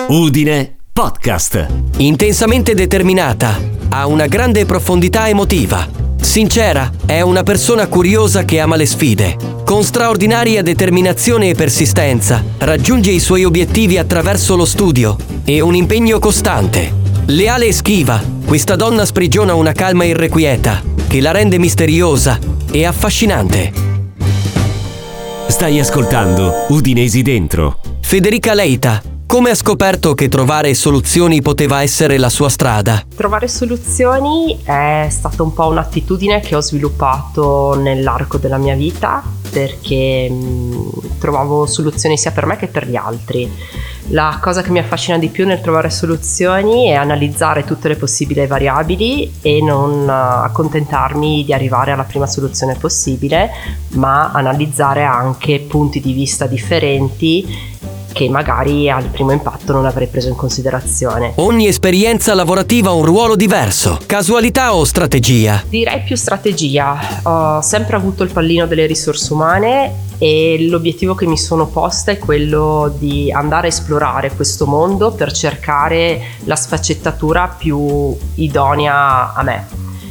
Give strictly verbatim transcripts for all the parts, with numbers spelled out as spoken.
Udine Podcast. Intensamente determinata, ha una grande profondità emotiva. Sincera, è una persona curiosa che ama le sfide. Con straordinaria determinazione e persistenza, raggiunge i suoi obiettivi attraverso lo studio e un impegno costante. Leale e schiva, questa donna sprigiona una calma irrequieta che la rende misteriosa e affascinante. Stai ascoltando Udinesi Dentro. Federica Leita, come ha scoperto che trovare soluzioni poteva essere la sua strada? Trovare soluzioni è stata un po' un'attitudine che ho sviluppato nell'arco della mia vita, perché mh, trovavo soluzioni sia per me che per gli altri. La cosa che mi affascina di più nel trovare soluzioni è analizzare tutte le possibili variabili e non uh, accontentarmi di arrivare alla prima soluzione possibile, ma analizzare anche punti di vista differenti che magari al primo impatto non avrei preso in considerazione. Ogni esperienza lavorativa ha un ruolo diverso. Casualità o strategia? Direi più strategia. Ho sempre avuto il pallino delle risorse umane e l'obiettivo che mi sono posta è quello di andare a esplorare questo mondo per cercare la sfaccettatura più idonea a me.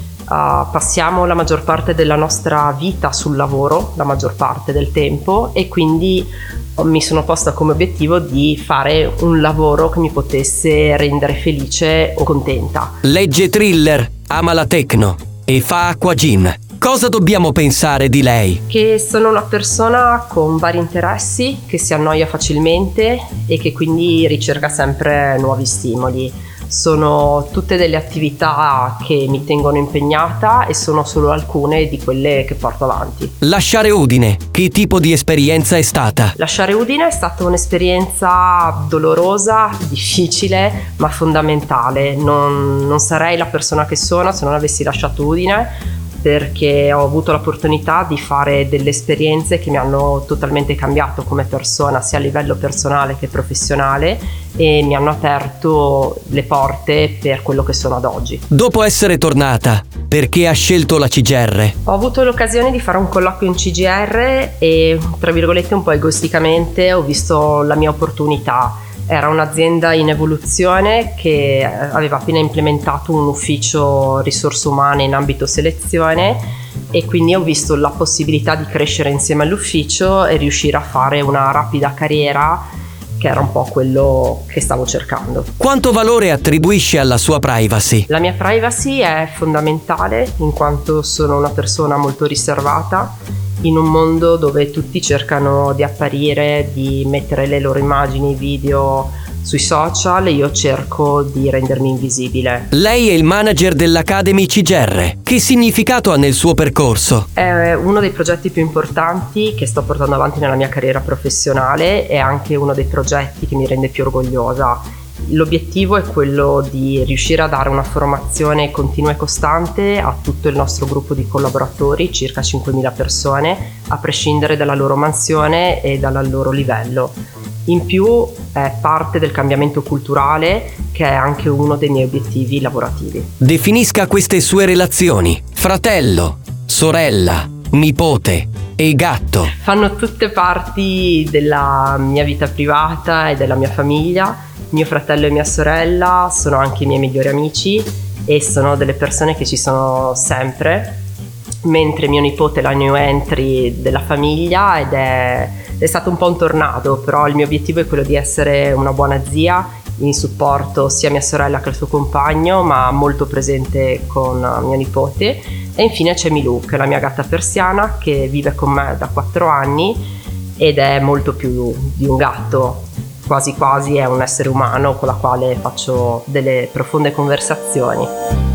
Uh, passiamo la maggior parte della nostra vita sul lavoro, la maggior parte del tempo, e quindi mi sono posta come obiettivo di fare un lavoro che mi potesse rendere felice o contenta. Legge thriller, ama la techno e fa acqua gym. Cosa dobbiamo pensare di lei? Che sono una persona con vari interessi, che si annoia facilmente e che quindi ricerca sempre nuovi stimoli. Sono tutte delle attività che mi tengono impegnata e sono solo alcune di quelle che porto avanti. Lasciare Udine, che tipo di esperienza è stata? Lasciare Udine è stata un'esperienza dolorosa, difficile, ma fondamentale. Non, non sarei la persona che sono se non avessi lasciato Udine, perché ho avuto l'opportunità di fare delle esperienze che mi hanno totalmente cambiato come persona, sia a livello personale che professionale, e mi hanno aperto le porte per quello che sono ad oggi. Dopo essere tornata, perché ha scelto la C G R? Ho avuto l'occasione di fare un colloquio in C G R e, tra virgolette, un po' egoisticamente ho visto la mia opportunità. Era un'azienda in evoluzione che aveva appena implementato un ufficio risorse umane in ambito selezione e quindi ho visto la possibilità di crescere insieme all'ufficio e riuscire a fare una rapida carriera, che era un po' quello che stavo cercando. Quanto valore attribuisce alla sua privacy? La mia privacy è fondamentale in quanto sono una persona molto riservata. In un mondo dove tutti cercano di apparire, di mettere le loro immagini, video sui social, io cerco di rendermi invisibile. Lei è il manager dell'Academy C G R. Che significato ha nel suo percorso? È uno dei progetti più importanti che sto portando avanti nella mia carriera professionale e anche uno dei progetti che mi rende più orgogliosa. L'obiettivo è quello di riuscire a dare una formazione continua e costante a tutto il nostro gruppo di collaboratori, circa cinquemila persone, a prescindere dalla loro mansione e dal loro livello. In più è parte del cambiamento culturale, che è anche uno dei miei obiettivi lavorativi. Definisca queste sue relazioni: fratello, sorella, nipote e gatto. Fanno tutte parti della mia vita privata e della mia famiglia. Mio fratello e mia sorella sono anche i miei migliori amici e sono delle persone che ci sono sempre, mentre mio nipote è la new entry della famiglia ed è, è stato un po' un tornado, però il mio obiettivo è quello di essere una buona zia in supporto sia a mia sorella che al suo compagno, ma molto presente con mio nipote. E infine c'è Milù, che è la mia gatta persiana, che vive con me da quattro anni ed è molto più di un gatto. Quasi quasi è un essere umano con la quale faccio delle profonde conversazioni.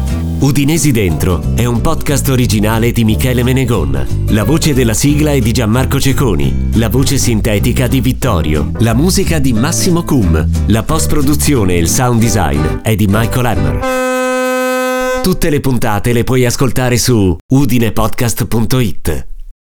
Udinesi Dentro è un podcast originale di Michele Menegon. La voce della sigla è di Gianmarco Cecconi, la voce sintetica di Vittorio, la musica di Massimo Cum, la post-produzione e il sound design è di Michael Hammer. Tutte le puntate le puoi ascoltare su udinepodcast punto it.